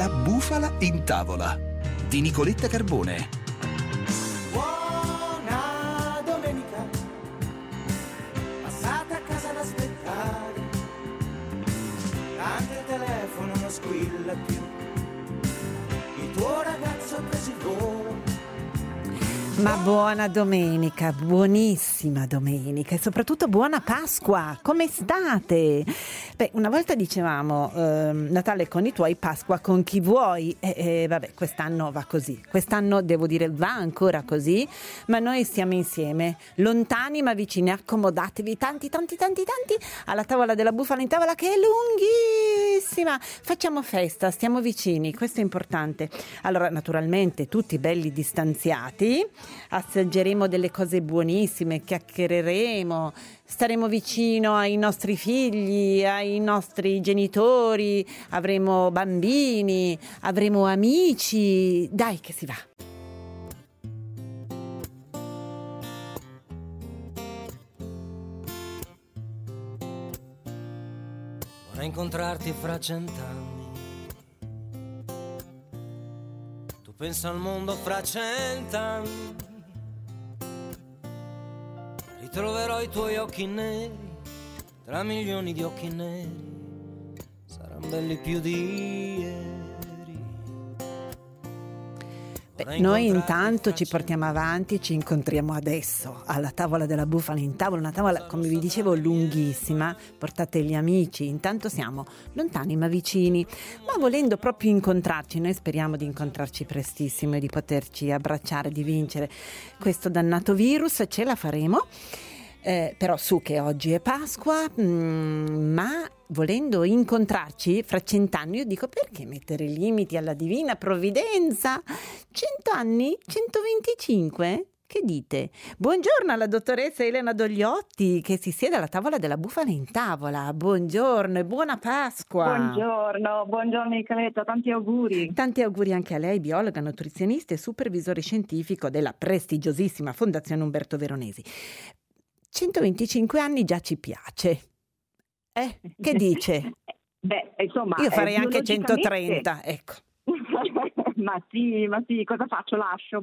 La bufala in tavola di Nicoletta Carbone. Buona domenica, passate a casa ad aspettare, anche il telefono non squilla più, il tuo ragazzo ha preso il volo. Ma buona domenica, buonissima domenica e soprattutto buona Pasqua, come state? Beh, una volta dicevamo Natale con i tuoi, Pasqua con chi vuoi, vabbè, quest'anno va così, quest'anno devo dire va ancora così, ma noi stiamo insieme, lontani ma vicini, accomodatevi tanti alla tavola della bufala in tavola che è lunghissima, facciamo festa, stiamo vicini, questo è importante. Allora, naturalmente tutti belli distanziati, assaggeremo delle cose buonissime, chiacchiereremo, staremo vicino ai nostri figli, ai nostri genitori, avremo bambini, avremo amici, dai che si va. Vorrei incontrarti fra 100 anni. Tu pensa al mondo fra 100 anni. Ritroverò i tuoi occhi neri tra milioni di occhi neri. Saranno belli più di ieri. Beh, noi intanto ci portiamo avanti, ci incontriamo adesso alla tavola della bufala in tavola, una tavola, come vi dicevo, lunghissima, portate gli amici, intanto siamo lontani ma vicini, ma volendo proprio incontrarci, noi speriamo di incontrarci prestissimo e di poterci abbracciare, di vincere questo dannato virus, ce la faremo. Però su che oggi è Pasqua, ma volendo incontrarci fra 100 anni, io dico perché mettere limiti alla divina provvidenza? 100 anni? 125? Che dite? Buongiorno alla dottoressa Elena Dogliotti che si siede alla tavola della bufala in tavola. Buongiorno e buona Pasqua. Buongiorno Nicoletta, tanti auguri. Tanti auguri anche a lei, biologa, nutrizionista e supervisore scientifico della prestigiosissima Fondazione Umberto Veronesi. 125 anni già ci piace. Che dice? Beh, insomma, io farei anche 130, ecco. ma sì, cosa faccio? Lascio.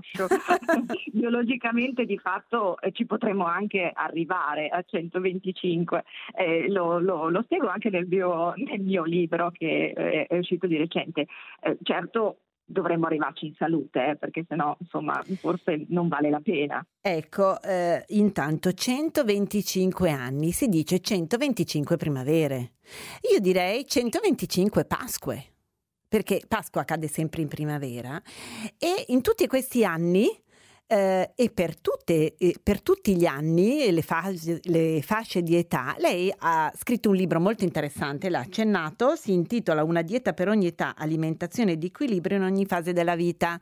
Biologicamente di fatto ci potremmo anche arrivare a 125. Lo spiego anche nel mio libro che è uscito di recente. Certo, dovremmo arrivarci in salute, perché sennò insomma forse non vale la pena. Ecco, intanto 125 anni, si dice 125 primavere. Io direi 125 Pasque, perché Pasqua cade sempre in primavera e in tutti questi anni e per tutti gli anni e le fasce di età, lei ha scritto un libro molto interessante, l'ha accennato, si intitola Una dieta per ogni età, alimentazione ed equilibrio in ogni fase della vita.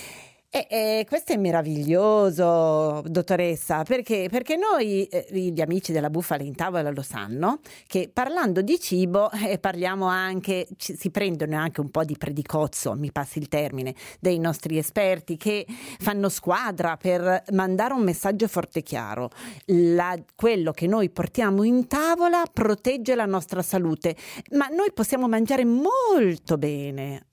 E questo è meraviglioso, dottoressa, perché noi, gli amici della bufala in tavola lo sanno, che parlando di cibo parliamo anche, si prendono anche un po' di predicozzo, mi passi il termine, dei nostri esperti che fanno squadra per mandare un messaggio forte e chiaro. Quello che noi portiamo in tavola protegge la nostra salute, ma noi possiamo mangiare molto bene.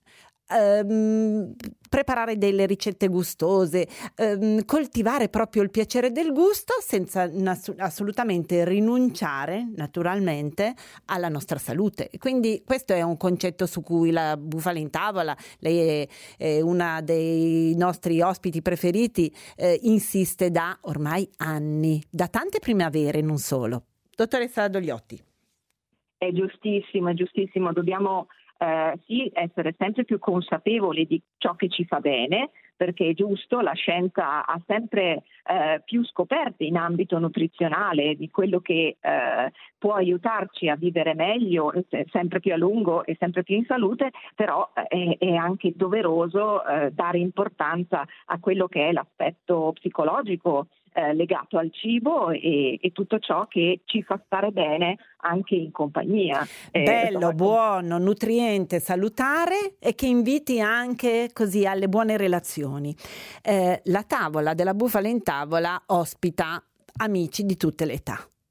Preparare delle ricette gustose, coltivare proprio il piacere del gusto senza assolutamente rinunciare naturalmente alla nostra salute. Quindi questo è un concetto su cui la bufala in tavola, lei è una dei nostri ospiti preferiti, insiste da ormai anni, da tante primavere, non solo. Dottoressa Dogliotti. È giustissimo, dobbiamo sì, essere sempre più consapevoli di ciò che ci fa bene, perché è giusto, la scienza ha sempre più scoperte in ambito nutrizionale di quello che può aiutarci a vivere meglio, sempre più a lungo e sempre più in salute, però è anche doveroso dare importanza a quello che è l'aspetto psicologico legato al cibo e tutto ciò che ci fa stare bene anche in compagnia. Bello, buono, nutriente, salutare e che inviti anche così alle buone relazioni. La tavola della bufala in tavola ospita amici di tutte le età.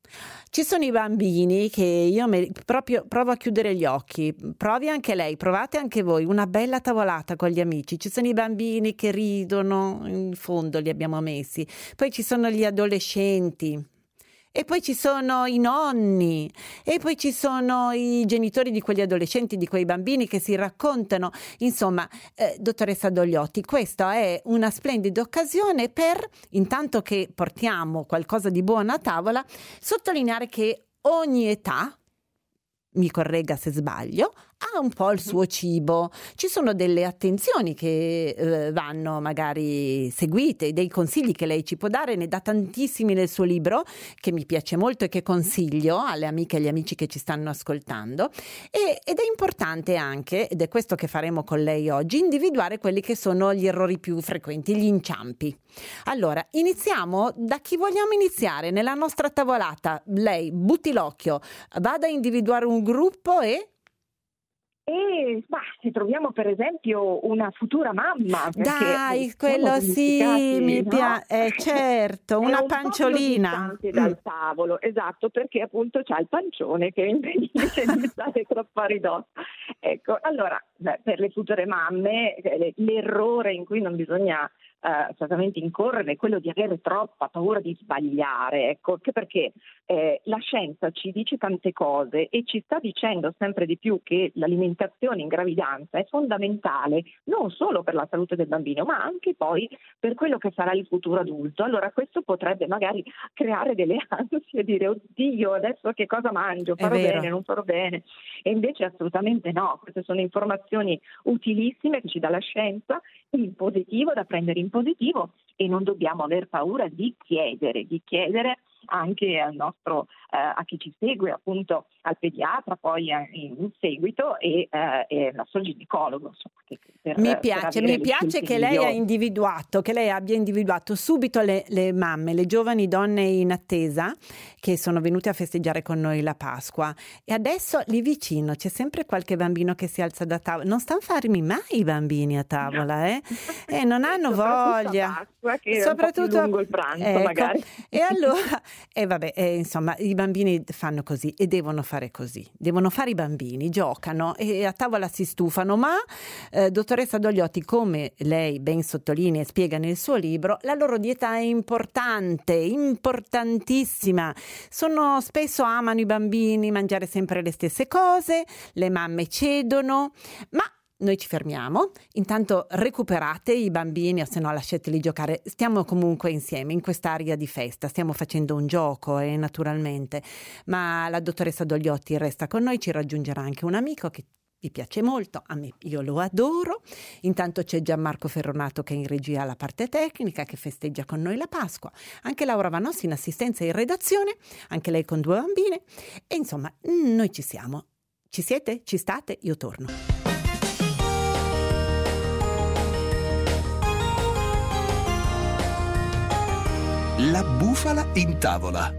Ci sono i bambini che io proprio provo a chiudere gli occhi, provi anche lei, provate anche voi, una bella tavolata con gli amici. Ci sono i bambini che ridono, in fondo li abbiamo messi, poi ci sono gli adolescenti. E poi ci sono i nonni, e poi ci sono i genitori di quegli adolescenti, di quei bambini che si raccontano. Insomma, dottoressa Dogliotti, questa è una splendida occasione per, intanto che portiamo qualcosa di buono a tavola, sottolineare che ogni età, mi corregga se sbaglio, ha un po' il suo cibo. Ci sono delle attenzioni che vanno magari seguite, dei consigli che lei ci può dare, ne dà tantissimi nel suo libro, che mi piace molto e che consiglio alle amiche e agli amici che ci stanno ascoltando. Ed è importante anche, ed è questo che faremo con lei oggi, individuare quelli che sono gli errori più frequenti, gli inciampi. Allora, iniziamo da chi vogliamo iniziare. Nella nostra tavolata, lei butti l'occhio, vada a individuare un gruppo e se troviamo per esempio una futura mamma, dai, quello sì, mi piace, certo, una panciolina dal tavolo, esatto, perché appunto c'ha il pancione che impedisce di stare troppo a ridosso. Ecco, allora per le future mamme l'errore in cui non bisogna assolutamente incorrere è quello di avere troppa paura di sbagliare, ecco, che perché la scienza ci dice tante cose e ci sta dicendo sempre di più che l'alimentazione in gravidanza è fondamentale non solo per la salute del bambino ma anche poi per quello che sarà il futuro adulto. Allora questo potrebbe magari creare delle ansie, dire oddio adesso che cosa mangio, farò bene, non farò bene, e invece assolutamente no, queste sono informazioni utilissime che ci dà la scienza in positivo, da prendere in positivo, e non dobbiamo aver paura di chiedere anche al nostro a chi ci segue, appunto al pediatra, poi in seguito e al nostro ginecologo. Mi piace che lei abbia individuato subito le mamme, le giovani donne in attesa che sono venute a festeggiare con noi la Pasqua, e adesso lì vicino c'è sempre qualche bambino che si alza da tavola. Non stanno fermi mai i bambini a tavola, e non hanno voglia. Soprattutto lungo il pranzo, ecco. Magari. E allora, insomma, i bambini fanno così e devono fare così. Devono fare i bambini, giocano e a tavola si stufano, ma dottoressa Dogliotti, come lei ben sottolinea e spiega nel suo libro, la loro dieta è importante, importantissima. Spesso amano i bambini mangiare sempre le stesse cose, le mamme cedono, ma noi ci fermiamo, intanto recuperate i bambini o se no lasciateli giocare, stiamo comunque insieme in quest'area di festa, stiamo facendo un gioco naturalmente, ma la dottoressa Dogliotti resta con noi, ci raggiungerà anche un amico che vi piace molto, a me io lo adoro. Intanto c'è Gianmarco Ferronato che in regia la parte tecnica, che festeggia con noi la Pasqua, anche Laura Vanossi in assistenza e in redazione, anche lei con 2 bambine, e insomma noi ci siamo. Ci siete? Ci state? Io torno. La bufala in tavola.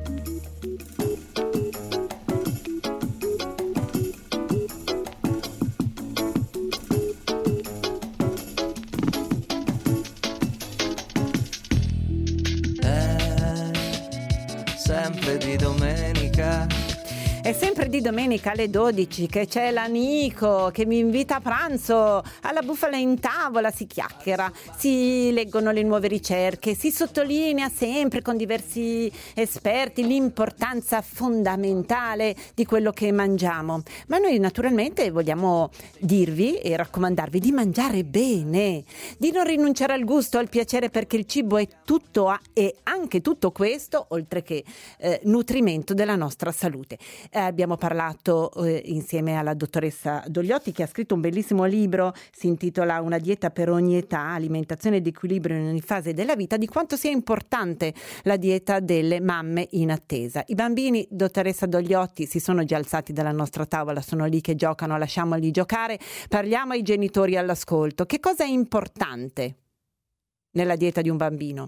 Sempre di domenica. È sempre di domenica alle 12 che c'è l'amico che mi invita a pranzo alla bufala in tavola, si chiacchiera, si leggono le nuove ricerche, si sottolinea sempre con diversi esperti l'importanza fondamentale di quello che mangiamo. Ma noi naturalmente vogliamo dirvi e raccomandarvi di mangiare bene, di non rinunciare al gusto, al piacere, perché il cibo è tutto e anche tutto questo, oltre che nutrimento della nostra salute. Abbiamo parlato insieme alla dottoressa Dogliotti, che ha scritto un bellissimo libro, si intitola Una dieta per ogni età, alimentazione ed equilibrio in ogni fase della vita, di quanto sia importante la dieta delle mamme in attesa. I bambini, dottoressa Dogliotti, si sono già alzati dalla nostra tavola, sono lì che giocano, lasciamoli giocare, parliamo ai genitori all'ascolto. Che cosa è importante nella dieta di un bambino?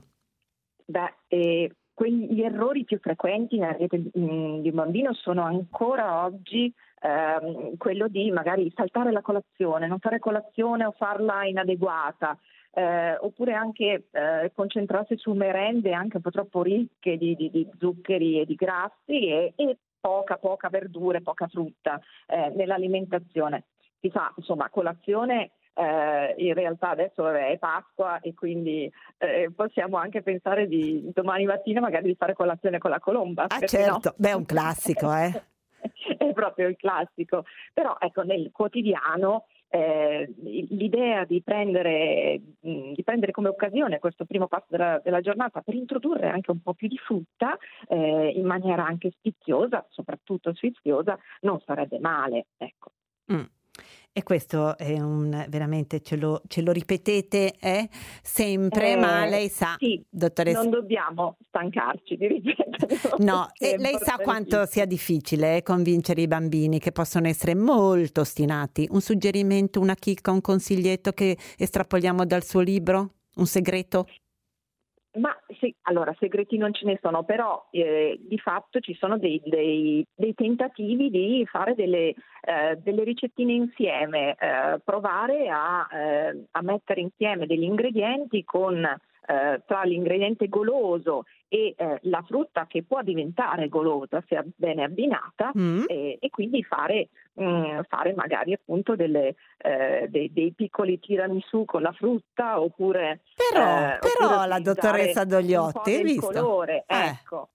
Gli errori più frequenti nella dieta di un bambino sono ancora oggi quello di magari saltare la colazione, non fare colazione o farla inadeguata, oppure anche concentrarsi su merende anche un po' troppo ricche di zuccheri e di grassi e poca verdura e poca frutta nell'alimentazione. Si fa insomma colazione. In realtà adesso è Pasqua e quindi possiamo anche pensare di domani mattina magari di fare colazione con la colomba. Certo, no? beh, è un classico, È proprio il classico. Però ecco, nel quotidiano l'idea di prendere come occasione questo primo passo della giornata per introdurre anche un po' più di frutta in maniera anche sfiziosa, soprattutto sfiziosa, non sarebbe male, ecco. E questo è veramente ce lo ripetete sempre, ma lei sa, sì, dottoressa, non dobbiamo stancarci di ripeterlo. No, e lei sa quanto sia difficile convincere i bambini, che possono essere molto ostinati. Un suggerimento, una chicca, un consiglietto che estrapoliamo dal suo libro? Un segreto? Ma sì, allora segreti non ce ne sono, però di fatto ci sono dei tentativi di fare delle ricettine insieme, provare a mettere insieme degli ingredienti tra l'ingrediente goloso e la frutta che può diventare golosa se bene abbinata e quindi fare magari appunto dei piccoli tiramisù con la frutta oppure però la dottoressa Dogliotti, un po' del colore, ecco.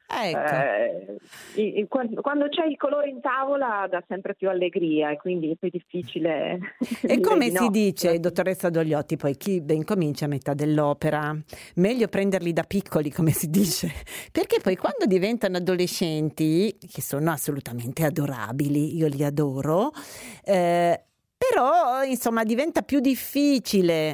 Quando c'è il colore in tavola dà sempre più allegria e quindi è più difficile. E come si dice, dottoressa Dogliotti, poi chi ben comincia a metà dell'opera, meglio prenderli da piccoli, come si dice, perché poi quando diventano adolescenti, che sono assolutamente adorabili, io li adoro, però insomma diventa più difficile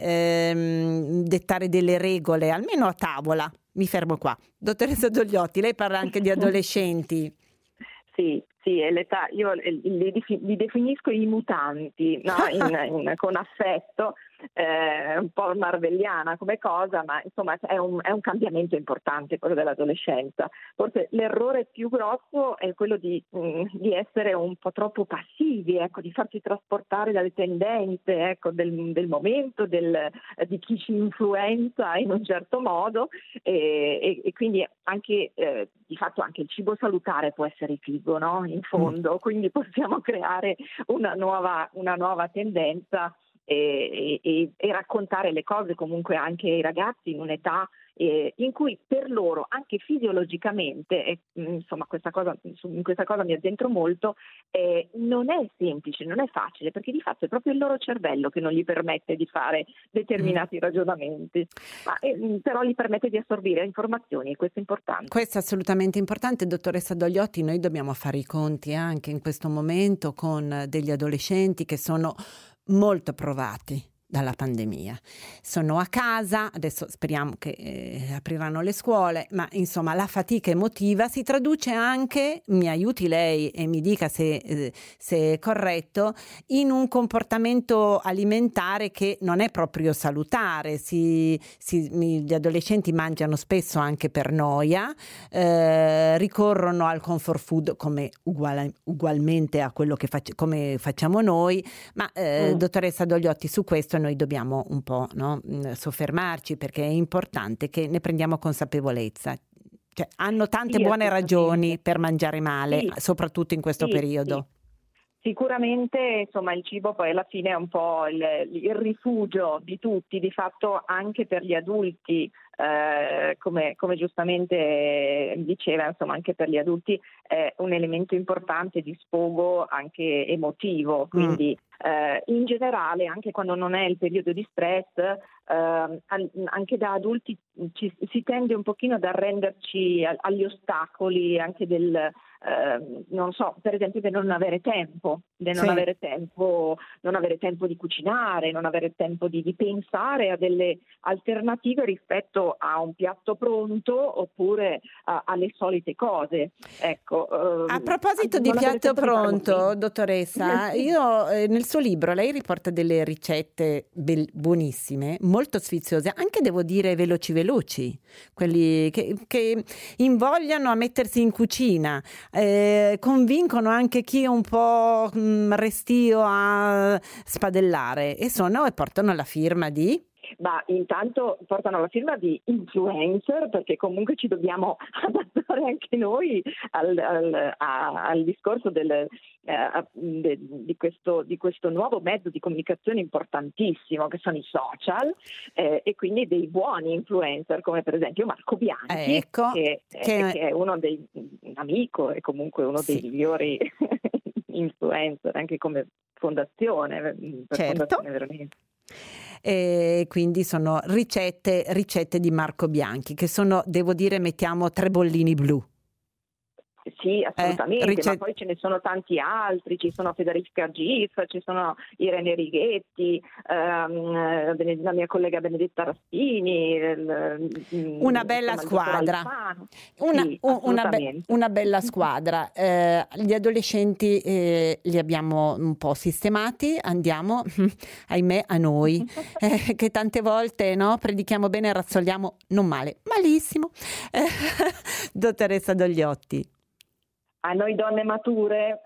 dettare delle regole, almeno a tavola. Mi fermo qua. Dottoressa Dogliotti, lei parla anche di adolescenti. Sì, è l'età, io li definisco i mutanti, no? Con affetto, un po' marvelliana come cosa, ma insomma è un cambiamento importante quello dell'adolescenza. Forse l'errore più grosso è quello di essere un po' troppo passivi, ecco, di farci trasportare dalle tendenze, ecco, del momento, di chi ci influenza in un certo modo e quindi anche di fatto anche il cibo salutare può essere figo, no? In fondo, quindi possiamo creare una nuova tendenza e raccontare le cose comunque anche ai ragazzi in un'età in cui per loro anche fisiologicamente, insomma in questa cosa mi addentro molto, non è semplice, non è facile, perché di fatto è proprio il loro cervello che non gli permette di fare determinati ragionamenti, però gli permette di assorbire informazioni e questo è importante. Questo è assolutamente importante, dottoressa Dogliotti. Noi dobbiamo fare i conti anche in questo momento con degli adolescenti che sono molto provati dalla pandemia. Sono a casa, adesso speriamo che apriranno le scuole, ma insomma la fatica emotiva si traduce anche, mi aiuti lei e mi dica se è corretto, in un comportamento alimentare che non è proprio salutare. Gli adolescenti mangiano spesso anche per noia, ricorrono al comfort food come ugualmente a quello che come facciamo noi, ma dottoressa Dogliotti, su questo noi dobbiamo un po' soffermarci, perché è importante che ne prendiamo consapevolezza. Cioè, hanno tante buone ragioni per mangiare male, soprattutto in questo periodo. Sicuramente, insomma, il cibo poi alla fine è un po' il rifugio di tutti, di fatto anche per gli adulti, come giustamente diceva, insomma, anche per gli adulti è un elemento importante di sfogo anche emotivo, quindi in generale, anche quando non è il periodo di stress, anche da adulti si tende un pochino ad arrenderci agli ostacoli anche non so, per esempio del non avere tempo, non avere tempo di cucinare, non avere tempo di pensare a delle alternative rispetto a un piatto pronto oppure alle solite cose. Ecco, a proposito di piatto pronto, dottoressa, io nel suo libro lei riporta delle ricette buonissime, molto sfiziose, anche devo dire veloci, quelli che invogliano a mettersi in cucina, convincono anche chi è un po' restio a spadellare e portano la firma di Ma intanto portano la firma di influencer, perché comunque ci dobbiamo adattare anche noi al discorso di questo nuovo mezzo di comunicazione importantissimo che sono i social, e quindi dei buoni influencer come per esempio Marco Bianchi, ecco, che è un amico e comunque uno dei migliori influencer anche come fondazione, per certo. Fondazione Veronesi. E quindi sono ricette di Marco Bianchi, che sono, devo dire, mettiamo 3 bollini blu. Sì, assolutamente, ma poi ce ne sono tanti altri, ci sono Federica Gif, ci sono Irene Righetti, la mia collega Benedetta Rastini, una bella squadra, una bella squadra. Gli adolescenti li abbiamo un po' sistemati, andiamo ahimè a noi che tante volte, no, predichiamo bene e razzoliamo non male, malissimo. Dottoressa Dogliotti. A noi donne mature,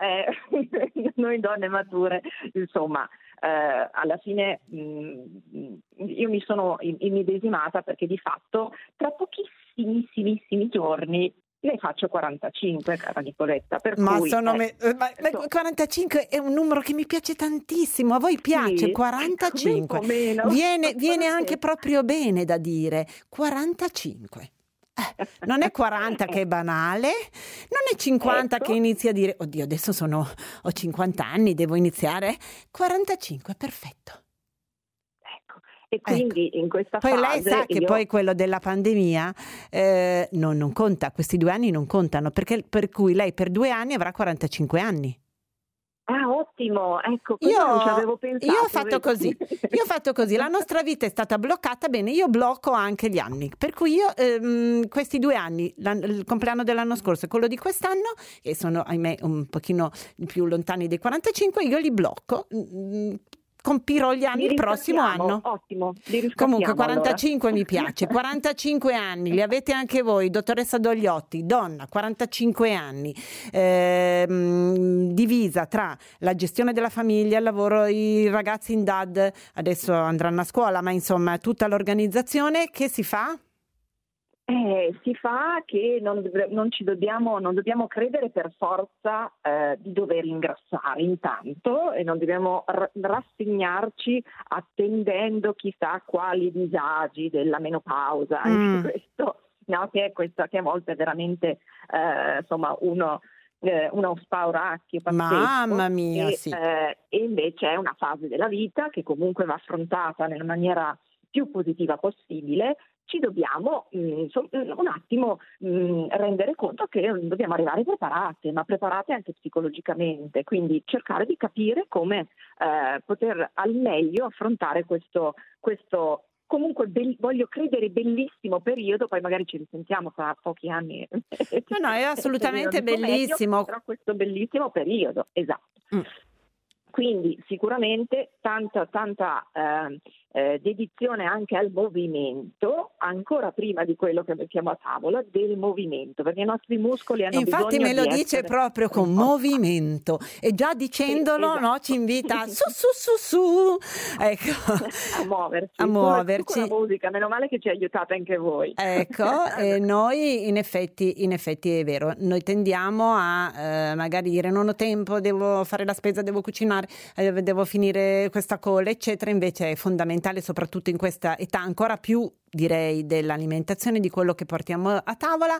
insomma, alla fine io mi sono immedesimata, perché di fatto tra pochissimissimi giorni ne faccio 45, cara Nicoletta. Ma 45 è un numero che mi piace tantissimo. A voi piace? Sì, 45? Viene anche proprio bene da dire. 45. Non è 40 che è banale, non è 50 che inizia a dire oddio adesso ho 50 anni, devo iniziare. 45, perfetto. Ecco. E quindi in questa poi fase lei sa che poi quello della pandemia non conta, questi 2 anni non contano, perché per cui lei per 2 anni avrà 45 anni. Ah, ottimo, ecco, non ci avevo pensato. Io ho fatto così, la nostra vita è stata bloccata, bene, io blocco anche gli anni, per cui io questi 2 anni, il compleanno dell'anno scorso e quello di quest'anno, che sono ahimè un pochino più lontani dei 45, io li blocco. Compirò gli anni il prossimo anno. Ottimo. Comunque 45 allora. Mi piace, 45 anni, li avete anche voi, dottoressa Dogliotti, donna, 45 anni, divisa tra la gestione della famiglia, il lavoro, i ragazzi in DAD, adesso andranno a scuola, ma insomma tutta l'organizzazione, che si fa? Si fa che non dobbiamo credere per forza di dover ingrassare intanto, e non dobbiamo rassegnarci attendendo chissà quali disagi della menopausa. Questo, no, che a volte è veramente uno spauracchio pazzesco. Mamma mia, sì. E invece è una fase della vita che comunque va affrontata nella maniera più positiva possibile. Ci dobbiamo un attimo rendere conto che dobbiamo arrivare preparate, ma preparate anche psicologicamente, quindi cercare di capire come poter al meglio affrontare questo comunque voglio credere bellissimo periodo, poi magari ci risentiamo tra pochi anni. No, è assolutamente bellissimo. Meglio, però questo bellissimo periodo, esatto. Quindi sicuramente tanta dedizione anche al movimento, ancora prima di quello che mettiamo a tavola, del movimento, perché i nostri muscoli hanno bisogno di Infatti me lo dice proprio con movimento, e già dicendolo, sì, esatto. No, ci invita su, ecco, a muoverci. Con la musica, meno male che ci aiutate anche voi. Ecco, noi in effetti è vero, noi tendiamo a magari dire non ho tempo, devo fare la spesa, devo cucinare, devo finire questa call, eccetera. Invece è fondamentale, soprattutto in questa età, ancora più direi dell'alimentazione, di quello che portiamo a tavola,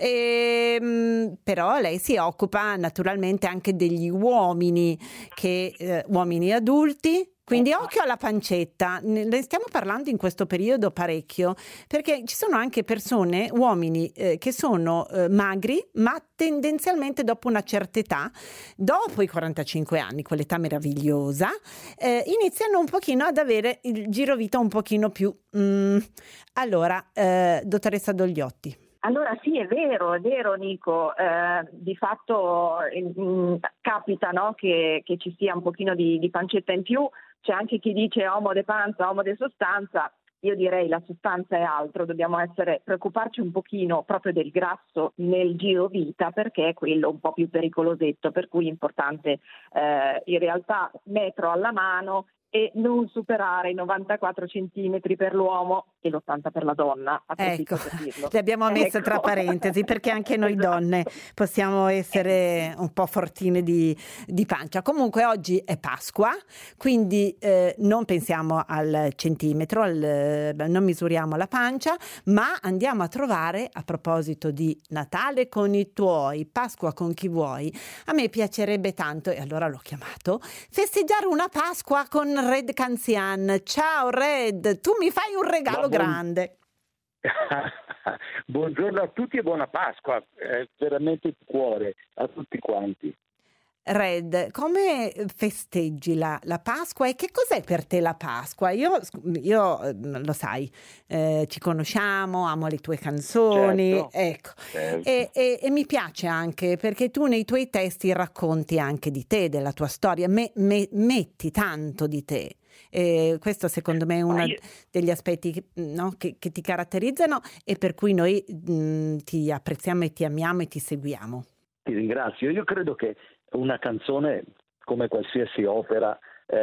però lei si occupa naturalmente anche degli uomini, uomini adulti. Quindi occhio alla pancetta, ne stiamo parlando in questo periodo parecchio, perché ci sono anche persone, uomini che sono magri, ma tendenzialmente dopo una certa età, dopo i 45 anni, quell'età meravigliosa, iniziano un pochino ad avere il girovita un pochino più... Allora, dottoressa Dogliotti. Allora sì, è vero Nico, di fatto capita, no, che ci sia un pochino di pancetta in più. C'è anche chi dice homo de panza, homo de sostanza. Io direi la sostanza è altro, dobbiamo preoccuparci un pochino proprio del grasso nel giro vita, perché è quello un po' più pericolosetto, per cui è importante in realtà metro alla mano e non superare i 94 centimetri per l'uomo e l'80 per la donna. Ecco, le abbiamo messo tra parentesi perché anche noi donne possiamo essere un po' fortine di pancia. Comunque oggi è Pasqua, quindi non pensiamo al centimetro, non misuriamo la pancia, ma andiamo a trovare, a proposito di Natale con i tuoi, Pasqua con chi vuoi, a me piacerebbe tanto, e allora l'ho chiamato, festeggiare una Pasqua con Red Canzian. Ciao Red, tu mi fai un regalo grande. Buongiorno a tutti e buona Pasqua, veramente di cuore a tutti quanti. Red, come festeggi la Pasqua e che cos'è per te la Pasqua? Io lo sai, ci conosciamo, amo le tue canzoni, certo, ecco. Certo. E mi piace anche perché tu nei tuoi testi racconti anche di te, della tua storia, metti tanto di te. Questo secondo me è uno degli aspetti che ti caratterizzano e per cui noi ti apprezziamo e ti amiamo e ti seguiamo. Ti ringrazio. Io credo che una canzone, come qualsiasi opera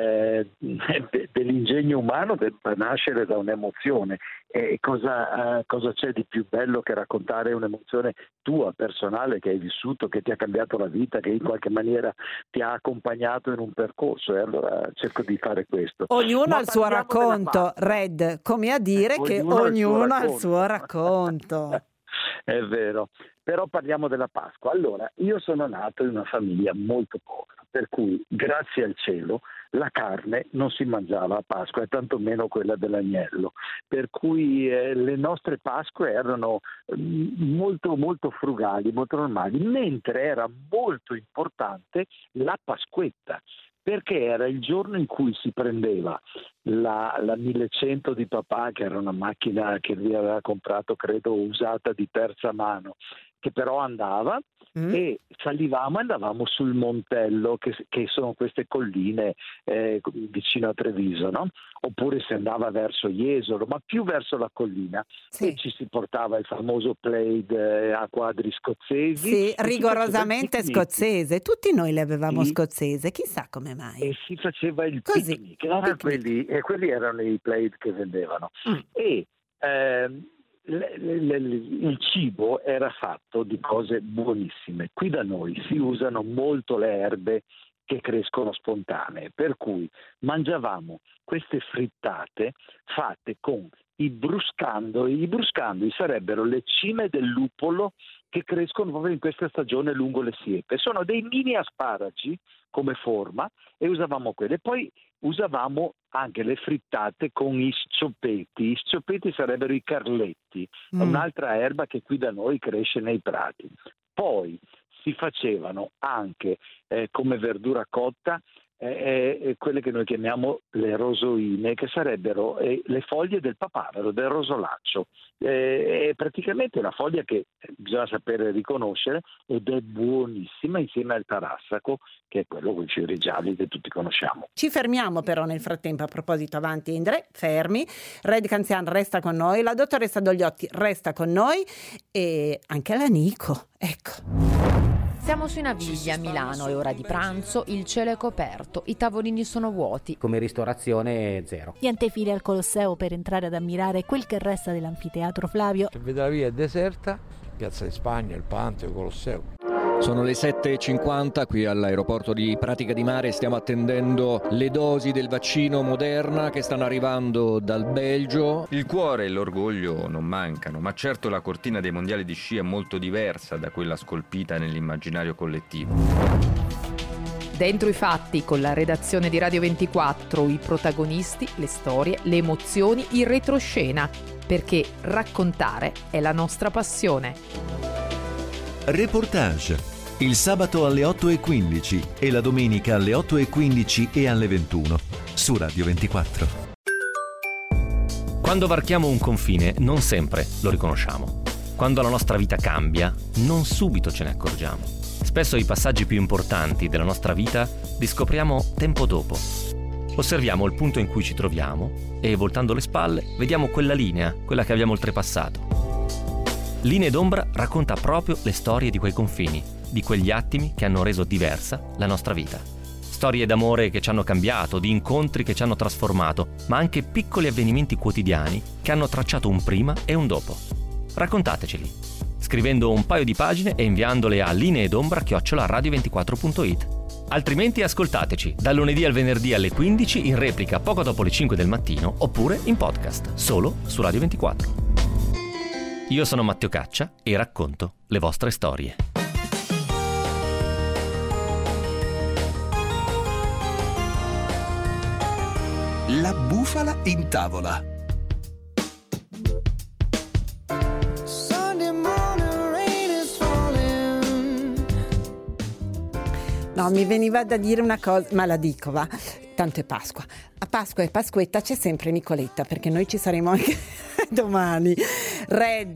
dell'ingegno umano, debba nascere da un'emozione. E cosa c'è di più bello che raccontare un'emozione tua, personale, che hai vissuto, che ti ha cambiato la vita, che in qualche maniera ti ha accompagnato in un percorso, e allora cerco di fare questo. Ognuno ha il suo racconto, Red, come a dire che ognuno ha il suo racconto. È vero, però parliamo della Pasqua. Allora, io sono nato in una famiglia molto povera, per cui grazie al cielo la carne non si mangiava a Pasqua e tantomeno quella dell'agnello, per cui le nostre Pasque erano molto molto frugali, molto normali, mentre era molto importante la Pasquetta, perché era il giorno in cui si prendeva la 1100 di papà, che era una macchina che lui aveva comprato, credo usata di terza mano, che però andava, e salivamo e andavamo sul Montello, che sono queste colline vicino a Treviso, no? Oppure si andava verso Jesolo, ma più verso la collina, sì. E ci si portava il famoso plaid a quadri scozzesi. Sì, rigorosamente scozzese, tutti noi le avevamo scozzese, chissà come mai. E si faceva il picnic, quelli erano i plaid che vendevano. E il cibo era fatto di cose buonissime. Qui da noi si usano molto le erbe che crescono spontanee, per cui mangiavamo queste frittate fatte con i bruscandoli. I bruscandoli sarebbero le cime del lupolo che crescono proprio in questa stagione lungo le siepe. Sono dei mini asparagi come forma e usavamo quelle. Poi usavamo anche le frittate con i sciopetti. I sciopetti sarebbero i carletti, un'altra erba che qui da noi cresce nei prati. Poi si facevano anche come verdura cotta quelle che noi chiamiamo le rosoine, che sarebbero le foglie del papavero, del rosolaccio. È praticamente una foglia che bisogna sapere riconoscere ed è buonissima insieme al tarassaco, che è quello con i fiori gialli che tutti conosciamo. Ci fermiamo però nel frattempo, a proposito, avanti Indre, fermi. Red Canzian resta con noi, la dottoressa Dogliotti resta con noi e anche la Nico, ecco. Siamo sui Navigli a Milano, è ora di pranzo, il cielo è coperto, i tavolini sono vuoti. Come ristorazione zero. Niente file al Colosseo per entrare ad ammirare quel che resta dell'anfiteatro Flavio. Vede la via è deserta, Piazza di Spagna, il Pantheon, il Colosseo. Sono le 7.50 qui all'aeroporto di Pratica di Mare, stiamo attendendo le dosi del vaccino Moderna che stanno arrivando dal Belgio. Il cuore e l'orgoglio non mancano, ma certo la cortina dei mondiali di sci è molto diversa da quella scolpita nell'immaginario collettivo. Dentro i fatti, con la redazione di Radio 24, i protagonisti, le storie, le emozioni, il retroscena, perché raccontare è la nostra passione. Reportage. Il sabato alle 8.15 e la domenica alle 8.15 e alle 21 su Radio 24. Quando varchiamo un confine non sempre lo riconosciamo. Quando la nostra vita cambia, non subito ce ne accorgiamo. Spesso i passaggi più importanti della nostra vita li scopriamo tempo dopo. Osserviamo il punto in cui ci troviamo e, voltando le spalle, vediamo quella linea, quella che abbiamo oltrepassato. Linee d'ombra racconta proprio le storie di quei confini, di quegli attimi che hanno reso diversa la nostra vita. storie d'amore che ci hanno cambiato, di incontri che ci hanno trasformato, ma anche piccoli avvenimenti quotidiani che hanno tracciato un prima e un dopo. Raccontateceli, scrivendo un paio di pagine e inviandole a lineedombra@radio24.it. Altrimenti ascoltateci dal lunedì al venerdì alle 15 in replica poco dopo le 5 del mattino oppure in podcast solo su Radio 24. Io sono Matteo Caccia e racconto le vostre storie. La bufala in tavola. No, mi veniva da dire una cosa, ma la dico, va. Tanto è Pasqua. A Pasqua e Pasquetta c'è sempre Nicoletta, perché noi ci saremo anche domani. Red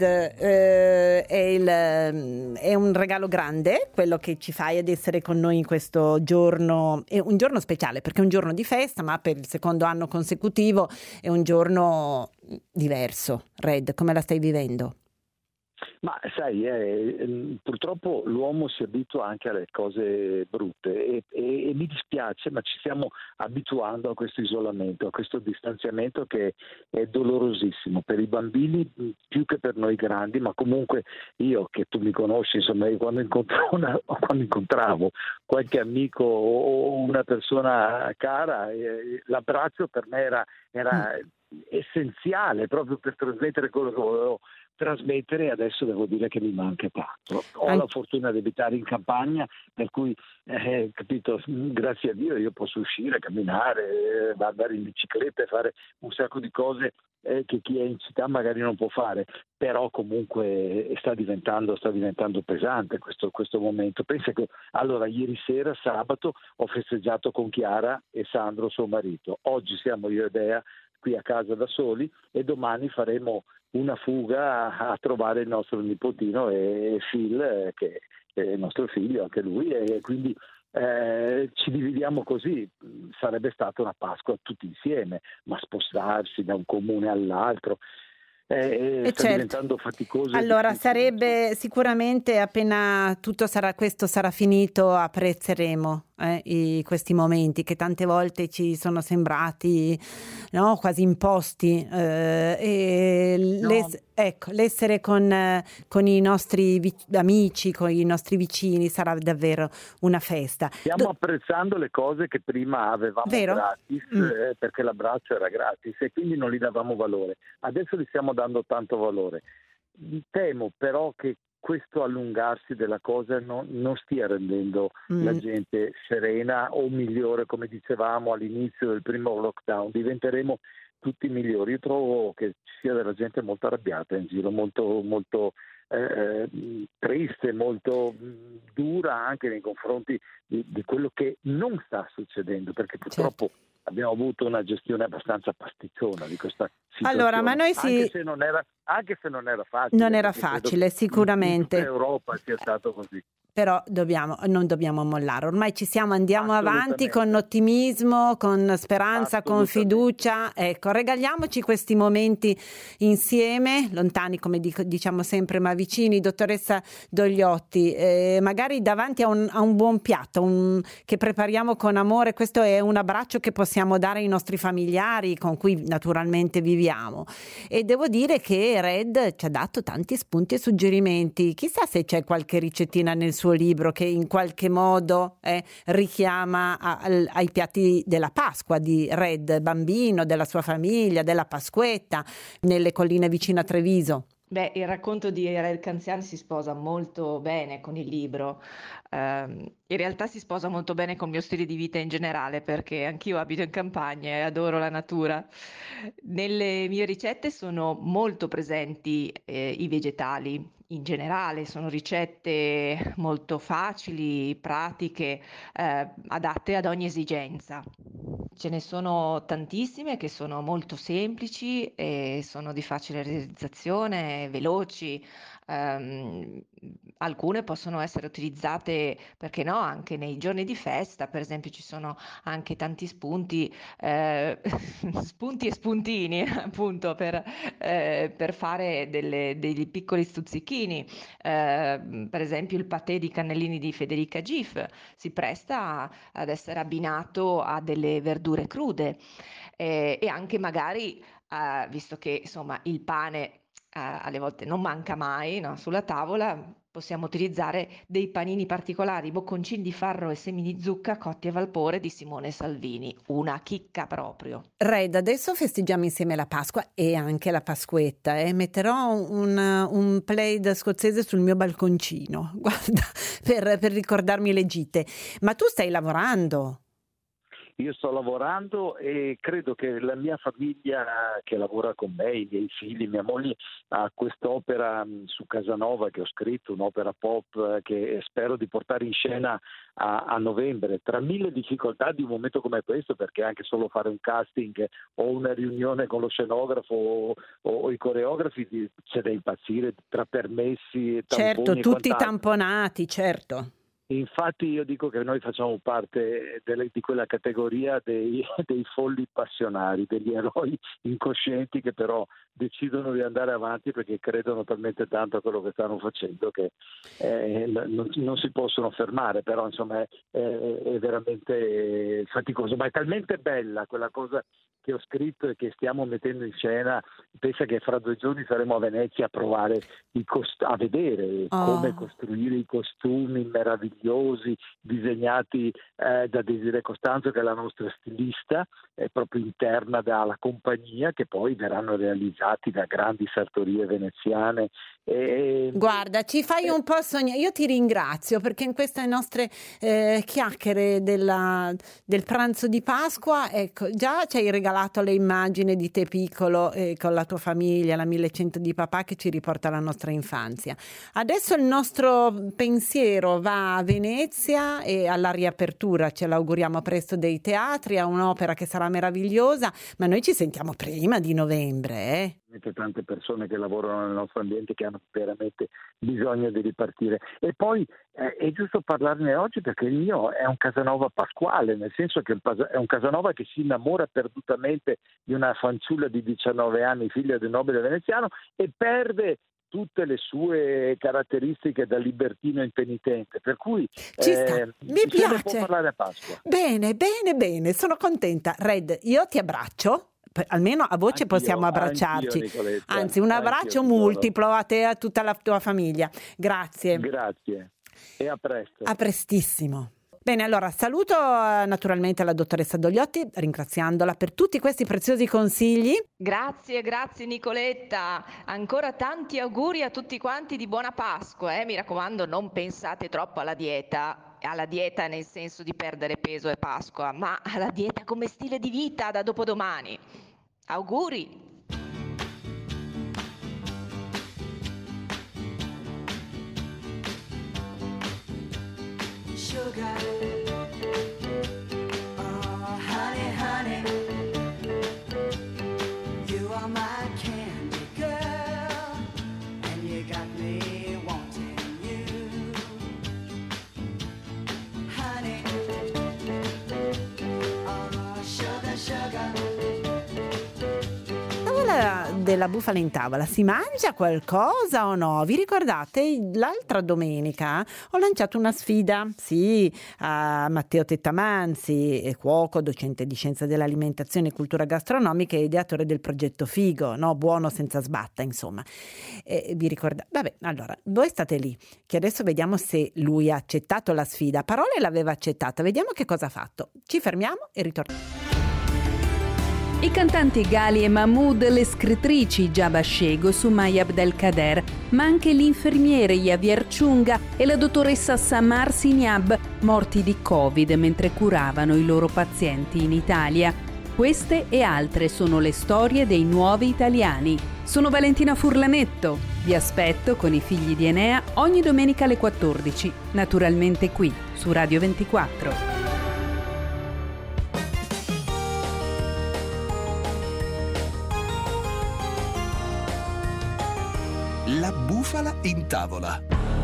è un regalo grande, quello che ci fai ad essere con noi in questo giorno. È un giorno speciale, perché è un giorno di festa, ma per il secondo anno consecutivo è un giorno diverso. Red, come la stai vivendo? Ma sai, purtroppo l'uomo si abitua anche alle cose brutte e mi dispiace, ma ci stiamo abituando a questo isolamento, a questo distanziamento che è dolorosissimo per i bambini più che per noi grandi, ma comunque io, che tu mi conosci, insomma, quando incontravo qualche amico o una persona cara, l'abbraccio per me era essenziale proprio per trasmettere quello che volevo trasmettere. Adesso devo dire che mi manca tanto. Ho la fortuna di abitare in campagna, per cui capito, grazie a Dio io posso uscire, camminare, andare in bicicletta e fare un sacco di cose che chi è in città magari non può fare, però comunque sta diventando pesante questo momento. Pensa che allora ieri sera, sabato, ho festeggiato con Chiara e Sandro, suo marito. Oggi siamo io e Bea qui a casa da soli e domani faremo una fuga a trovare il nostro nipotino e Phil, che è il nostro figlio, anche lui, e quindi ci dividiamo così. Sarebbe stata una Pasqua tutti insieme, ma spostarsi da un comune all'altro sta diventando faticoso. Allora sarebbe sicuramente, appena tutto questo sarà finito, apprezzeremo questi momenti che tante volte ci sono sembrati, no, quasi imposti, l'essere con i nostri amici, con i nostri vicini sarà davvero una festa. Stiamo apprezzando le cose che prima avevamo gratis, perché l'abbraccio era gratis e quindi non gli davamo valore. Adesso li stiamo dando tanto valore. Temo però che questo allungarsi della cosa non stia rendendo la gente serena o migliore, come dicevamo all'inizio del primo lockdown. Diventeremo tutti migliori. Io trovo che ci sia della gente molto arrabbiata in giro, molto triste, molto dura anche nei confronti di quello che non sta succedendo, perché purtroppo abbiamo avuto una gestione abbastanza pasticciona di questa situazione. Allora, ma noi anche se non era facile. Non era facile, sicuramente. In tutta Europa sia stato così. Però non dobbiamo mollare, ormai andiamo avanti con ottimismo, con speranza, con fiducia. Ecco, regaliamoci questi momenti insieme, lontani come diciamo sempre, ma vicini. Dottoressa Dogliotti, magari davanti a un buon piatto che prepariamo con amore. Questo è un abbraccio che possiamo dare ai nostri familiari con cui naturalmente viviamo. E devo dire che Red ci ha dato tanti spunti e suggerimenti. Chissà se c'è qualche ricettina nel suo libro che in qualche modo richiama ai piatti della Pasqua di Red bambino, della sua famiglia, della Pasquetta nelle colline vicino a Treviso. Beh, il racconto di Red Canziani si sposa molto bene con il libro. In realtà si sposa molto bene con il mio stile di vita in generale, perché anch'io abito in campagna e adoro la natura. Nelle mie ricette sono molto presenti i vegetali. In generale sono ricette molto facili, pratiche, adatte ad ogni esigenza. Ce ne sono tantissime che sono molto semplici e sono di facile realizzazione, veloci. Alcune possono essere utilizzate, perché no, anche nei giorni di festa. Per esempio ci sono anche tanti spunti, spunti e spuntini appunto per fare dei piccoli stuzzichini. Per esempio il patè di cannellini di Federica Gif si presta ad essere abbinato a delle verdure crude, e anche magari, visto che insomma il pane alle volte non manca mai, no, sulla tavola, possiamo utilizzare dei panini particolari, bocconcini di farro e semi di zucca cotti a vapore di Simone Salvini, una chicca proprio. Red, adesso festeggiamo insieme la Pasqua e anche la Pasquetta. Metterò un plaid scozzese sul mio balconcino, guarda, per ricordarmi le gite. Ma tu stai lavorando? Io sto lavorando e credo che la mia famiglia che lavora con me, i miei figli, mia moglie, ha quest'opera su Casanova che ho scritto, un'opera pop che spero di portare in scena a novembre, tra mille difficoltà di un momento come questo, perché anche solo fare un casting o una riunione con lo scenografo o i coreografi c'è da impazzire tra permessi, tamponi, certo, tutti quant'altro. Tamponati, certo. Infatti io dico che noi facciamo parte di quella categoria dei folli passionari, degli eroi incoscienti che però decidono di andare avanti perché credono talmente tanto a quello che stanno facendo che non si possono fermare, però insomma è veramente faticoso, ma è talmente bella quella cosa che ho scritto e che stiamo mettendo in scena. Pensa che fra 2 giorni saremo a Venezia a provare a vedere come costruire i costumi meravigliosi disegnati da Desiree Costanzo, che è la nostra stilista, proprio interna dalla compagnia, che poi verranno realizzati da grandi sartorie veneziane. Guarda, ci fai un po' sognare. Io ti ringrazio perché in queste nostre chiacchiere del pranzo di Pasqua, ecco, già ci hai regalato le immagini di te piccolo con la tua famiglia, la 1100 di papà che ci riporta alla nostra infanzia. Adesso il nostro pensiero va a Venezia e alla riapertura, ce l'auguriamo presto, dei teatri, a un'opera che sarà meravigliosa, ma noi ci sentiamo prima di novembre. Tante persone che lavorano nel nostro ambiente che hanno veramente bisogno di ripartire. E poi è giusto parlarne oggi perché il mio è un Casanova pasquale, nel senso che è un Casanova che si innamora perdutamente di una fanciulla di 19 anni, figlia di un nobile veneziano, e perde tutte le sue caratteristiche da libertino impenitente, per cui mi piace, può parlare a Pasqua. Bene, sono contenta. Red, io ti abbraccio. Almeno a voce possiamo abbracciarci, anzi un abbraccio multiplo a te e a tutta la tua famiglia. Grazie e a presto. A prestissimo. Bene, allora saluto naturalmente la dottoressa Dogliotti, ringraziandola per tutti questi preziosi consigli. Grazie Nicoletta, ancora tanti auguri a tutti quanti di buona Pasqua, mi raccomando, non pensate troppo alla dieta nel senso di perdere peso e Pasqua, ma alla dieta come stile di vita da dopodomani. Auguri! Sugar, oh honey, honey, you are my candy girl, and you got me wanting you, honey, oh sugar, sugar. Della bufala in tavola si mangia qualcosa o no? Vi ricordate? L'altra domenica ho lanciato una sfida, sì, a Matteo Tettamanzi, cuoco, docente di scienza dell'alimentazione e cultura gastronomica e ideatore del progetto Figo, no? Buono senza sbatta, insomma. Vi ricordate? Vabbè, allora, voi state lì, che adesso vediamo se lui ha accettato la sfida. A parole l'aveva accettata, vediamo che cosa ha fatto. Ci fermiamo e ritorniamo. I cantanti Gali e Mahmood, le scrittrici Jaba Shego, Sumaya Abdelkader, ma anche l'infermiere Javier Chunga e la dottoressa Samar Signab, morti di Covid mentre curavano i loro pazienti in Italia. Queste e altre sono le storie dei nuovi italiani. Sono Valentina Furlanetto. Vi aspetto con i figli di Enea ogni domenica alle 14, naturalmente qui su Radio 24. La bufala bufala in tavola.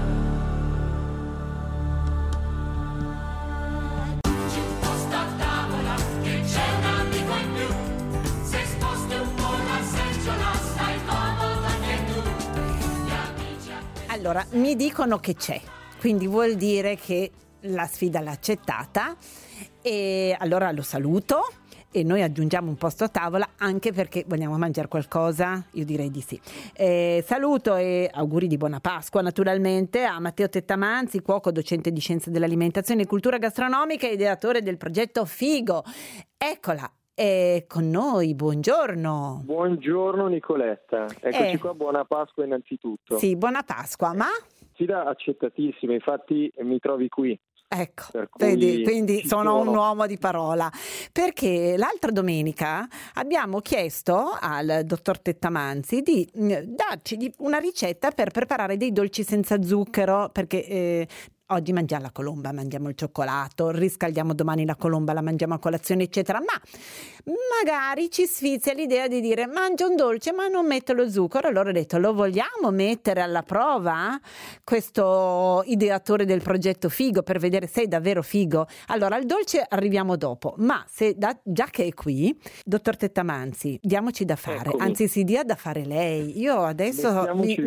Allora, mi dicono che c'è, quindi vuol dire che la sfida l'ha accettata e allora lo saluto e noi aggiungiamo un posto a tavola anche perché vogliamo mangiare qualcosa, io direi di sì. Saluto e auguri di buona Pasqua naturalmente a Matteo Tettamanzi, cuoco, docente di scienze dell'alimentazione e cultura gastronomica e ideatore del progetto Figo. Eccola. Con noi, buongiorno. Buongiorno Nicoletta, eccoci qua, buona Pasqua innanzitutto. Sì, buona Pasqua, ma? Sfida accettatissima, infatti mi trovi qui. Ecco, vedi, quindi sono un uomo di parola, perché l'altra domenica abbiamo chiesto al dottor Tettamanzi di darci una ricetta per preparare dei dolci senza zucchero, perché oggi mangiamo la colomba, mangiamo il cioccolato, riscaldiamo domani la colomba, la mangiamo a colazione, eccetera, ma magari ci sfizia l'idea di dire mangio un dolce ma non metto lo zucchero. Allora ho detto, lo vogliamo mettere alla prova questo ideatore del progetto Figo per vedere se è davvero figo? Allora al dolce arriviamo dopo, ma già che è qui, dottor Tettamanzi, diamoci da fare. Eccomi. Anzi si dia da fare lei. Io adesso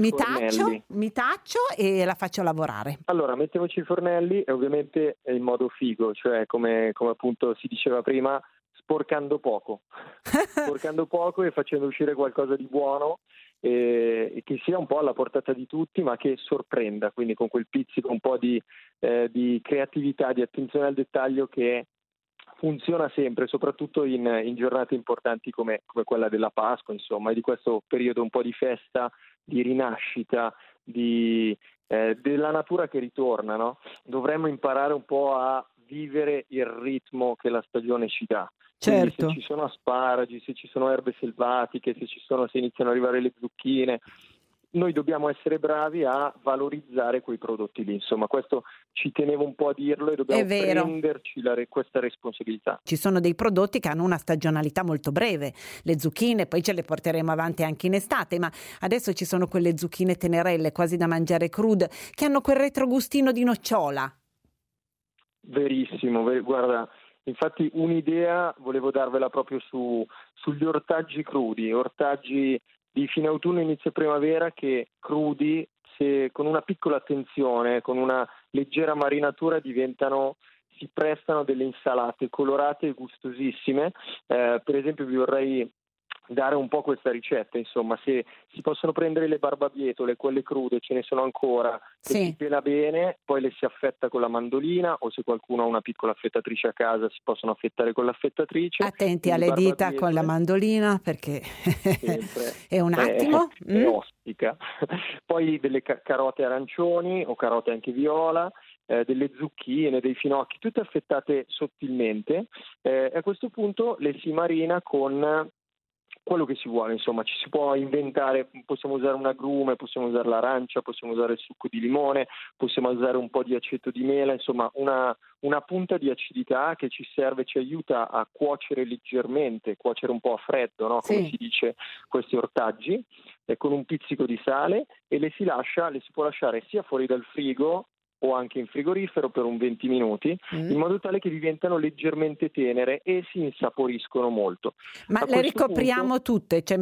mi taccio e la faccio lavorare. Allora mettiamoci i fornelli e ovviamente in modo figo, cioè come appunto si diceva prima, sporcando poco e facendo uscire qualcosa di buono e che sia un po' alla portata di tutti ma che sorprenda, quindi con quel pizzico un po' di creatività, di attenzione al dettaglio che funziona sempre, soprattutto in giornate importanti come quella della Pasqua, insomma, e di questo periodo un po' di festa, di rinascita, della natura che ritorna, no? Dovremmo imparare un po' a vivere il ritmo che la stagione ci dà. Certo. Quindi se ci sono asparagi, se ci sono erbe selvatiche, se iniziano ad arrivare le zucchine, noi dobbiamo essere bravi a valorizzare quei prodotti lì. Insomma, questo ci tenevo un po' a dirlo e dobbiamo prenderci questa responsabilità. Ci sono dei prodotti che hanno una stagionalità molto breve, le zucchine, poi ce le porteremo avanti anche in estate, ma adesso ci sono quelle zucchine tenerelle quasi da mangiare crude che hanno quel retrogustino di nocciola. Verissimo, guarda, infatti un'idea volevo darvela proprio sugli ortaggi crudi, ortaggi di fine autunno, inizio primavera, che crudi, se con una piccola attenzione, con una leggera marinatura si prestano delle insalate colorate e gustosissime. Per esempio vi vorrei dare un po' questa ricetta, insomma, se si possono prendere le barbabietole, quelle crude, ce ne sono ancora, si pela bene, poi le si affetta con la mandolina o se qualcuno ha una piccola affettatrice a casa si possono affettare con l'affettatrice. Attenti alle dita con la mandolina perché è un attimo. È ostica. Poi delle carote arancioni o carote anche viola, delle zucchine, dei finocchi, tutte affettate sottilmente. A questo punto le si marina con quello che si vuole, insomma, ci si può inventare, possiamo usare un agrume, possiamo usare l'arancia, possiamo usare il succo di limone, possiamo usare un po' di aceto di mela, insomma una punta di acidità che ci serve, ci aiuta a cuocere leggermente, cuocere un po' a freddo, no? Come si dice, questi ortaggi, con un pizzico di sale, e le si può lasciare sia fuori dal frigo o anche in frigorifero per un 20 minuti, in modo tale che diventano leggermente tenere e si insaporiscono molto. Ma le ricopriamo tutte, cioè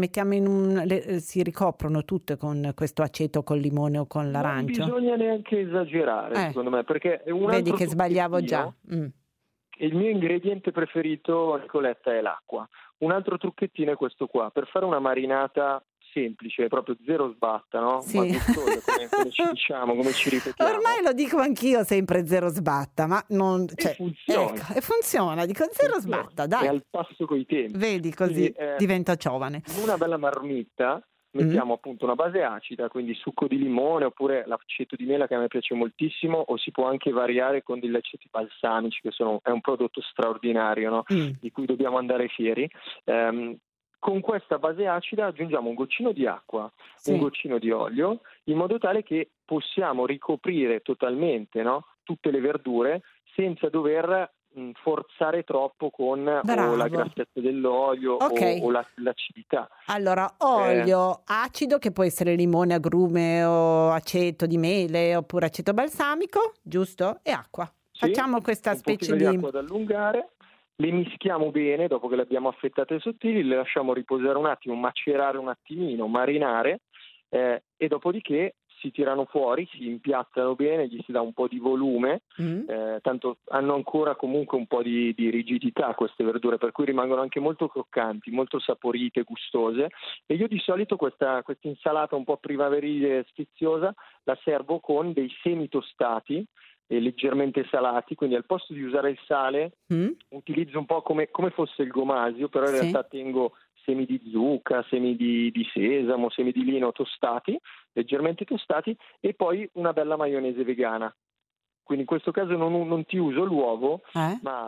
si ricoprono tutte con questo aceto col limone o con l'arancio? Non bisogna neanche esagerare, secondo me, perché vedi che sbagliavo già. Il mio ingrediente preferito, Nicoletta, è l'acqua. Un altro trucchettino è questo qua: per fare una marinata semplice, proprio zero sbatta, no? Sì. Ma gustosa, come ci diciamo, come ci ripetiamo. Ormai lo dico anch'io, sempre zero sbatta, ma non, cioè, funziona. E funziona, dico zero sbatta, dai. È al passo coi tempi. Vedi, così diventa giovane. In una bella marmitta mettiamo appunto una base acida, quindi succo di limone oppure l'aceto di mela, che a me piace moltissimo, o si può anche variare con degli aceti balsamici, che è un prodotto straordinario, no? Di cui dobbiamo andare fieri. Con questa base acida aggiungiamo un goccino di acqua, un goccino di olio, in modo tale che possiamo ricoprire totalmente, no, tutte le verdure senza dover forzare troppo con o la grassezza dell'olio o l'acidità. Allora, olio acido, che può essere limone, agrume o aceto di mele oppure aceto balsamico, giusto? E acqua. Sì, facciamo questa specie di acqua ad allungare, le mischiamo bene dopo che le abbiamo affettate sottili, le lasciamo riposare un attimo, macerare un attimino, marinare e dopodiché si tirano fuori, si impiattano bene, gli si dà un po' di volume, tanto hanno ancora comunque un po' di rigidità queste verdure, per cui rimangono anche molto croccanti, molto saporite, gustose, e io di solito questa insalata un po' primaverile e sfiziosa la servo con dei semi tostati leggermente salati, quindi al posto di usare il sale utilizzo un po' come fosse il gomasio, però in realtà tengo semi di zucca, semi di sesamo, semi di lino tostati, leggermente tostati, e poi una bella maionese vegana. Quindi in questo caso non ti uso l'uovo, ma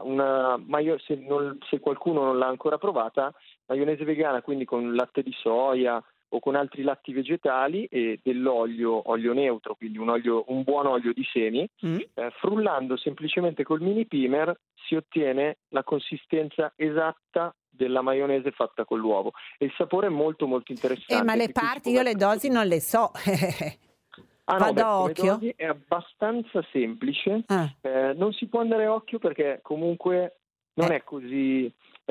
se qualcuno non l'ha ancora provata, maionese vegana, quindi con latte di soia o con altri latti vegetali e olio neutro, quindi un buon olio di semi, frullando semplicemente col mini pimer si ottiene la consistenza esatta della maionese fatta con l'uovo e il sapore è molto molto interessante. Ma le parti, io le dosi non le so. Come dosi è abbastanza semplice, non si può andare a occhio perché comunque non è così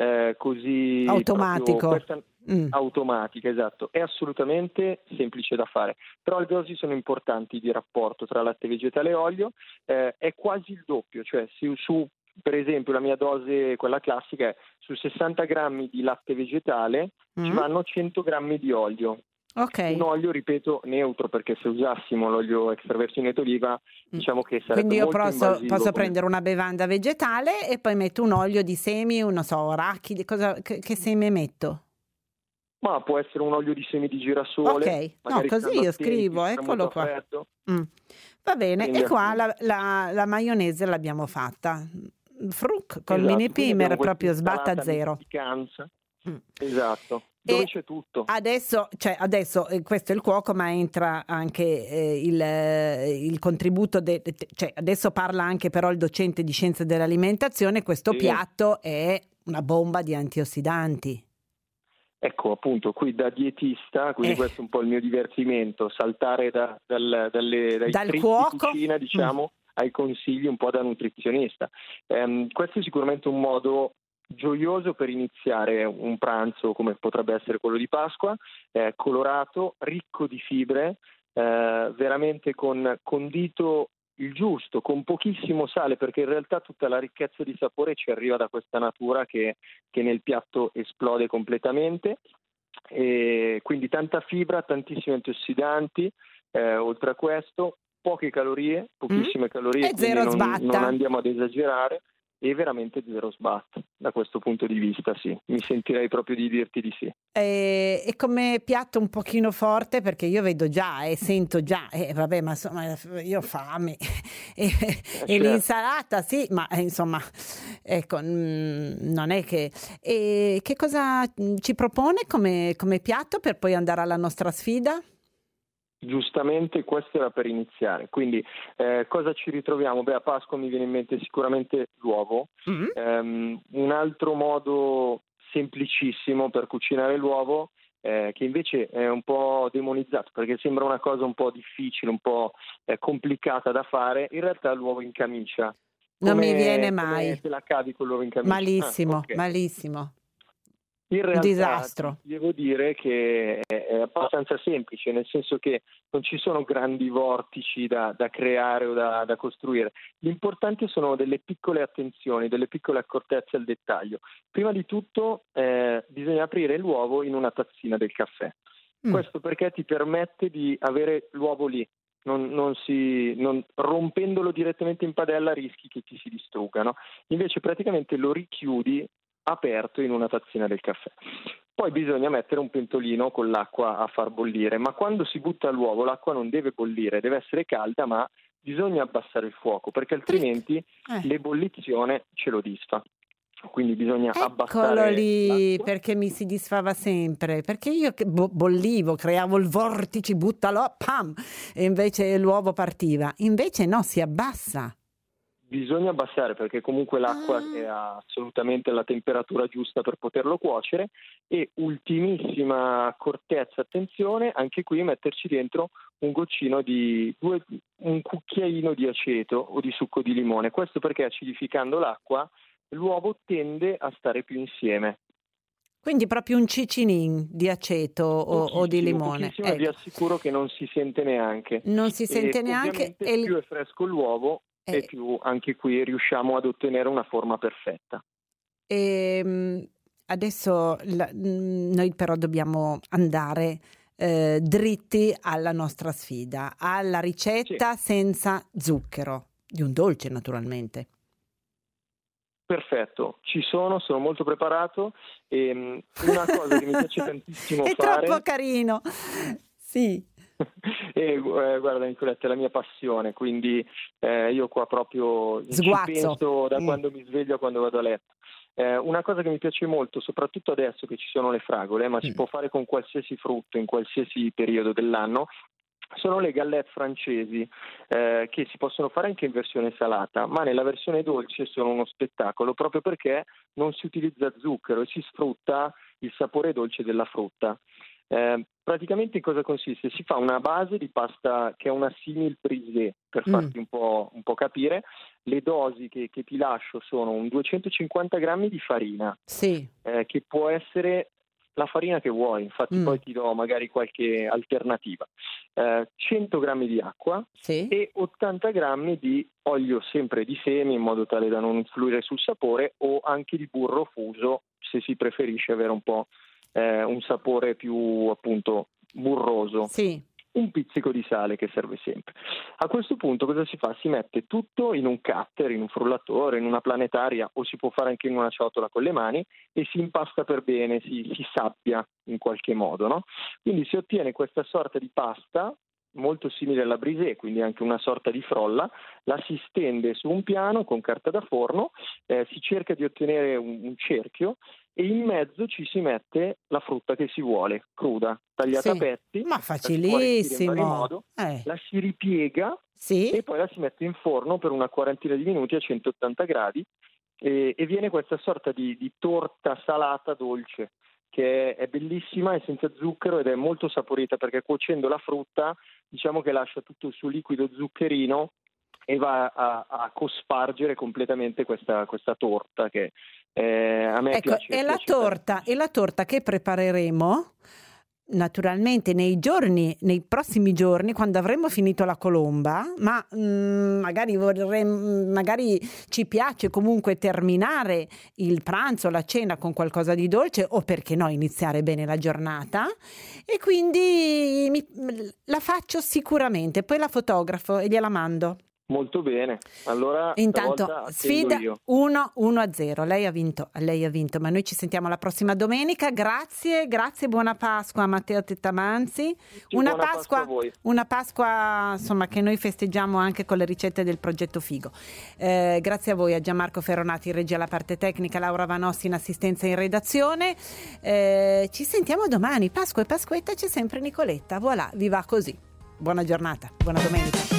automatico. Automatica, esatto, è assolutamente semplice da fare, però le dosi sono importanti di rapporto tra latte vegetale e olio, è quasi il doppio, cioè per esempio la mia dose, quella classica, è su 60 grammi di latte vegetale ci vanno 100 grammi di olio. Un olio, ripeto, neutro, perché se usassimo l'olio extravergine d'oliva diciamo che sarebbe quindi io molto posso prendere una bevanda vegetale e poi metto un olio di semi, arachidi, che seme metto? Ma può essere un olio di semi di girasole. Così io scrivo, eccolo qua. Va bene, e qua la maionese l'abbiamo fatta. Fruc col mini pimer, proprio sbatta zero. Esatto. Dove c'è tutto. Adesso questo è il cuoco, ma entra anche il contributo, adesso parla anche però il docente di scienze dell'alimentazione. Questo piatto è una bomba di antiossidanti. Ecco, appunto, qui da dietista, quindi questo è un po' il mio divertimento, saltare dai trick cuoco di cucina, diciamo, ai consigli un po' da nutrizionista. Questo è sicuramente un modo gioioso per iniziare un pranzo come potrebbe essere quello di Pasqua, colorato, ricco di fibre, veramente condito il giusto, con pochissimo sale, perché in realtà tutta la ricchezza di sapore ci arriva da questa natura che nel piatto esplode completamente, e quindi tanta fibra, tantissimi antiossidanti, oltre a questo poche calorie, pochissime calorie, e zero sbatta. Non andiamo ad esagerare, e veramente zero sbatta da questo punto di vista, sì, mi sentirei proprio di dirti di sì. E come piatto un pochino forte, perché io vedo già e sento già, vabbè, ma insomma io ho fame e l'insalata sì, ma insomma ecco, non è che che cosa ci propone come piatto per poi andare alla nostra sfida? Giustamente questo era per iniziare, quindi cosa ci ritroviamo? A Pasqua mi viene in mente sicuramente l'uovo, un altro modo semplicissimo per cucinare l'uovo, che invece è un po' demonizzato perché sembra una cosa un po' difficile, un po' complicata da fare, in realtà l'uovo in camicia. Non mi viene mai. Come te la cavi con l'uovo in camicia? Malissimo. In realtà, disastro. Devo dire che è abbastanza semplice, nel senso che non ci sono grandi vortici da creare o da costruire. L'importante sono delle piccole attenzioni, delle piccole accortezze al dettaglio. Prima di tutto bisogna aprire l'uovo in una tazzina del caffè. Questo perché ti permette di avere l'uovo lì. Non rompendolo direttamente in padella rischi che ti si distrugga, no? Invece praticamente lo richiudi aperto in una tazzina del caffè. Poi bisogna mettere un pentolino con l'acqua a far bollire, ma quando si butta l'uovo l'acqua non deve bollire, deve essere calda, ma bisogna abbassare il fuoco perché altrimenti l'ebollizione ce lo disfa. Quindi bisogna abbassare. Eccolo lì, l'acqua. perché mi si disfava sempre, perché io bollivo, creavo il vortice, buttalo, pam, e invece l'uovo partiva. Invece no, si abbassa. bisogna abbassare, perché comunque l'acqua è assolutamente alla temperatura giusta per poterlo cuocere. E ultimissima accortezza, attenzione, anche qui metterci dentro un cucchiaino di aceto o di succo di limone. Questo perché acidificando l'acqua l'uovo tende a stare più insieme. Quindi proprio un cicinin di aceto o di limone. Ecco. Vi assicuro che non si sente neanche. Non si sente neanche. E più è fresco l'uovo e più anche qui riusciamo ad ottenere una forma perfetta. Adesso noi però dobbiamo andare dritti alla nostra sfida, alla ricetta senza zucchero, di un dolce naturalmente. Perfetto, sono molto preparato e una cosa che mi piace tantissimo è fare... È troppo carino, sì. Guarda Nicoletta, è la mia passione, quindi io qua proprio ci penso da quando mi sveglio a quando vado a letto. Una cosa che mi piace molto, soprattutto adesso che ci sono le fragole, ma si può fare con qualsiasi frutto in qualsiasi periodo dell'anno, sono le galette francesi, che si possono fare anche in versione salata, ma nella versione dolce sono uno spettacolo, proprio perché non si utilizza zucchero e si sfrutta il sapore dolce della frutta. Praticamente in cosa consiste? Si fa una base di pasta che è una simil brisée, per farti un po' capire. Le dosi che ti lascio sono un 250 grammi di farina, che può essere la farina che vuoi, infatti poi ti do magari qualche alternativa, 100 grammi di acqua e 80 grammi di olio sempre di semi, in modo tale da non influire sul sapore, o anche di burro fuso se si preferisce avere un po' un sapore più appunto burroso. Un pizzico di sale che serve sempre. A questo punto cosa si fa? Si mette tutto in un cutter, in un frullatore, in una planetaria, o si può fare anche in una ciotola con le mani, e si impasta per bene, si sabbia in qualche modo, no? Quindi si ottiene questa sorta di pasta molto simile alla brisée, quindi anche una sorta di frolla. La si stende su un piano con carta da forno, si cerca di ottenere un cerchio, e in mezzo ci si mette la frutta che si vuole, cruda, tagliata a pezzi. Ma facilissimo! In vario modo, la si ripiega e poi la si mette in forno per una quarantina di minuti a 180 gradi e viene questa sorta di torta salata dolce, che è bellissima, è senza zucchero ed è molto saporita, perché cuocendo la frutta diciamo che lascia tutto il suo liquido zuccherino e va a cospargere completamente questa torta che a me piace. E la torta che prepareremo naturalmente nei prossimi giorni, quando avremo finito la colomba, ma magari ci piace comunque terminare il pranzo, la cena con qualcosa di dolce, o perché no iniziare bene la giornata, e quindi la faccio sicuramente, poi la fotografo e gliela mando. Molto bene, allora intanto sfida 1-0, lei ha vinto, ma noi ci sentiamo la prossima domenica. Grazie, buona Pasqua a Matteo Tettamanzi, una Pasqua insomma che noi festeggiamo anche con le ricette del progetto Figo. Grazie a voi, a Gianmarco Ferronati in regia, alla parte tecnica, Laura Vanossi in assistenza in redazione. Ci sentiamo domani, Pasqua e Pasquetta, c'è sempre Nicoletta, voilà, vi va così. Buona giornata, buona domenica.